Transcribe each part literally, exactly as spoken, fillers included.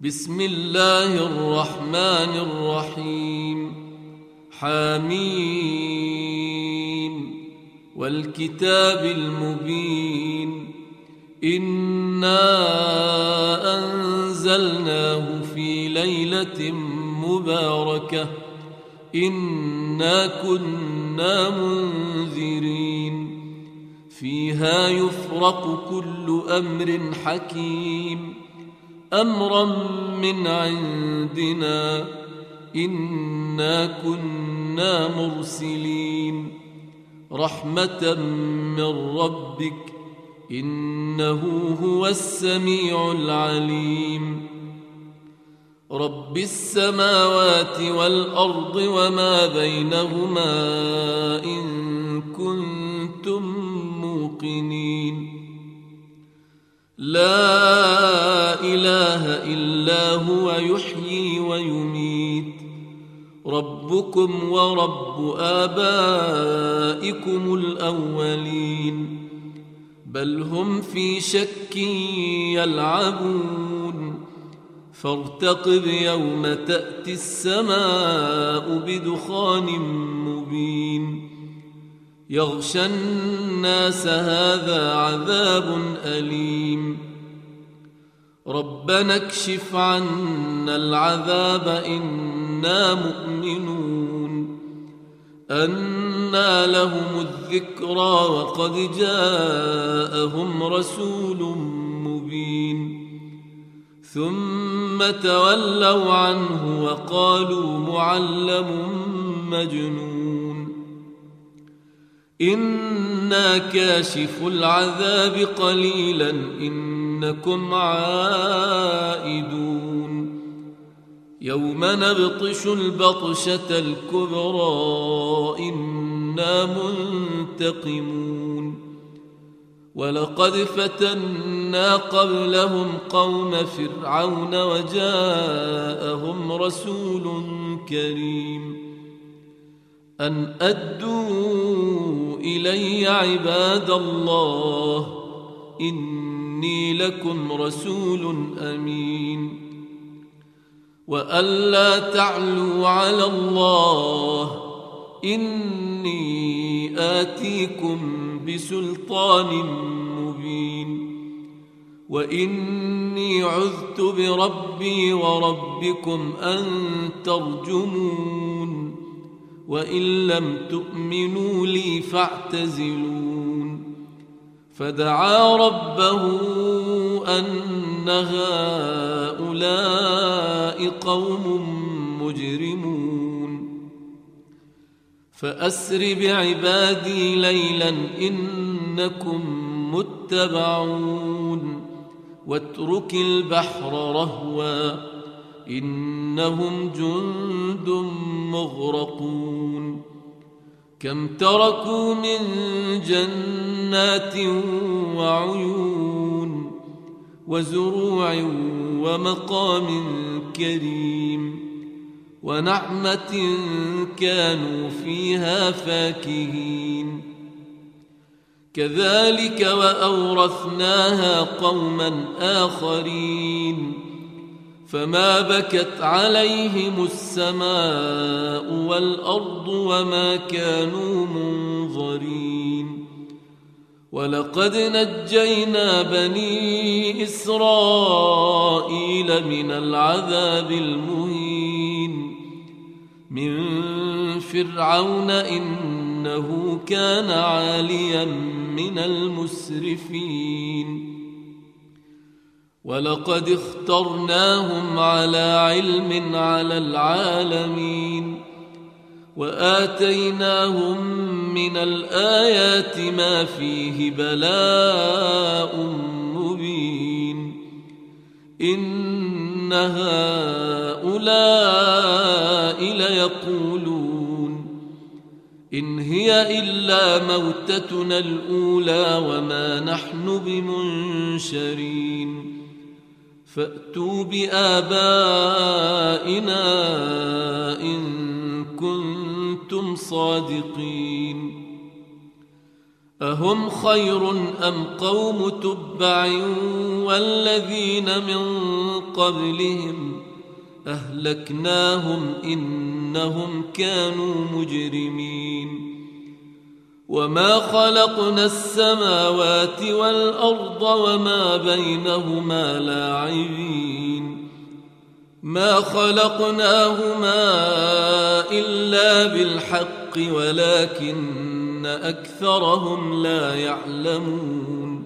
بسم الله الرحمن الرحيم. حميم والكتاب المبين. إنا أنزلناه في ليلة مباركة إنا كنا منذرين فيها يفرق كل أمر حكيم أمرا من عندنا إنا كنا مرسلين رحمة من ربك إنه هو السميع العليم. رب السماوات والأرض وما بينهما إن كنتم موقنين. لا إله إلا هو يحيي ويميت ربكم ورب آبائكم الأولين بل هم في شك يلعبون فارتقب يوم تأتي السماء بدخان مبين يغشى الناس هذا عذاب أليم ربنا اكشف عنا العذاب إنا مؤمنون. أنى لهم الذكرى وقد جاءهم رسول مبين ثم تولوا عنه وقالوا معلم مجنون. إنا كاشف العذاب قليلا إنكم عائدون يوم نبطش البطشة الكبرى إنا منتقمون. ولقد فتنا قبلهم قوم فرعون وجاءهم رسول كريم أن أدوا إلي عباد الله إني لكم رسول أمين وألا تعلوا على الله إني آتيكم بسلطان مبين وإني عذت بربي وربكم أن ترجمون وإن لم تؤمنوا لي فاعتزلون. فدعا ربه أن هؤلاء قوم مجرمون فأسر بعبادي ليلا إنكم متبعون واترك البحر رهوا إنهم جند مغرقون. كم تركوا من جنات وعيون وزروع ومقام كريم ونعمة كانوا فيها فاكهين. كذلك وأورثناها قوما آخرين فما بكت عليهم السماء والأرض وما كانوا منظرين. ولقد نجينا بني إسرائيل من العذاب المهين من فرعون إنه كان عاليا من المسرفين. ولقد اخترناهم على علم على العالمين وآتيناهم من الآيات ما فيه بلاء مبين. إن هؤلاء ليقولون إن هي إلا موتتنا الأولى وما نحن بمنشرين فأتوا بآبائنا إن كنتم صادقين. أهم خير أم قوم تبع والذين من قبلهم أهلكناهم إنهم كانوا مجرمين وما خلقنا السماوات والأرض وما بينهما لاعبين ما خلقناهما إلا بالحق ولكن أكثرهم لا يعلمون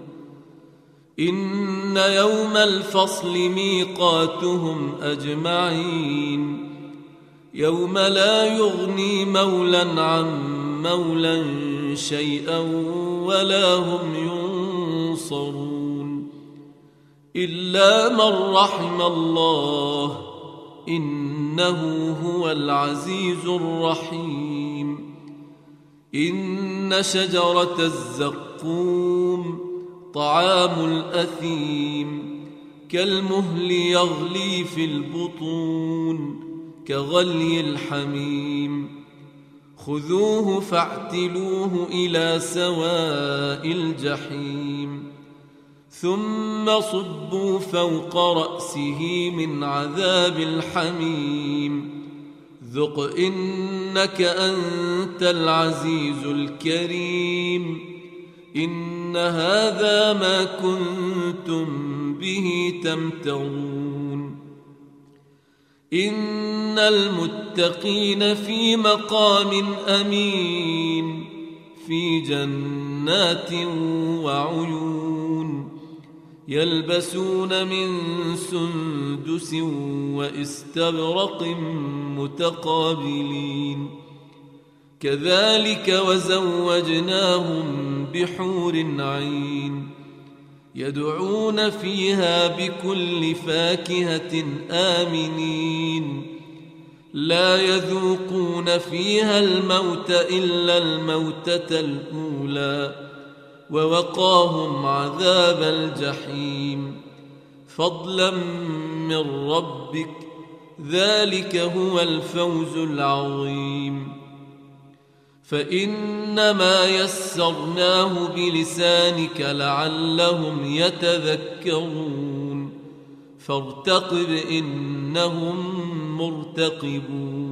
إن يوم الفصل ميقاتهم أجمعين يوم لا يغني مولا عن مولا شيئا ولا هم ينصرون إلا من رحم الله إنه هو العزيز الرحيم إن شجرة الزقوم طعام الأثيم كالمهل يغلي في البطون كغلي الحميم خذوه فاعتلوه إلى سواء الجحيم ثم صبوا فوق رأسه من عذاب الحميم ذق إنك أنت العزيز الكريم إن هذا ما كنتم به تمترون إن المتقين في مقام أمين في جنات وعيون يلبسون من سندس واستبرق متقابلين كذلك وزوجناهم بحور عين يدعون فيها بكل فاكهة آمنين لا يذوقون فيها الموت إلا الموتة الأولى ووقاهم عذاب الجحيم فضلا من ربك ذلك هو الفوز العظيم فإنما يسرناه بلسانك لعلهم يتذكرون فارتقب إنهم مرتقبون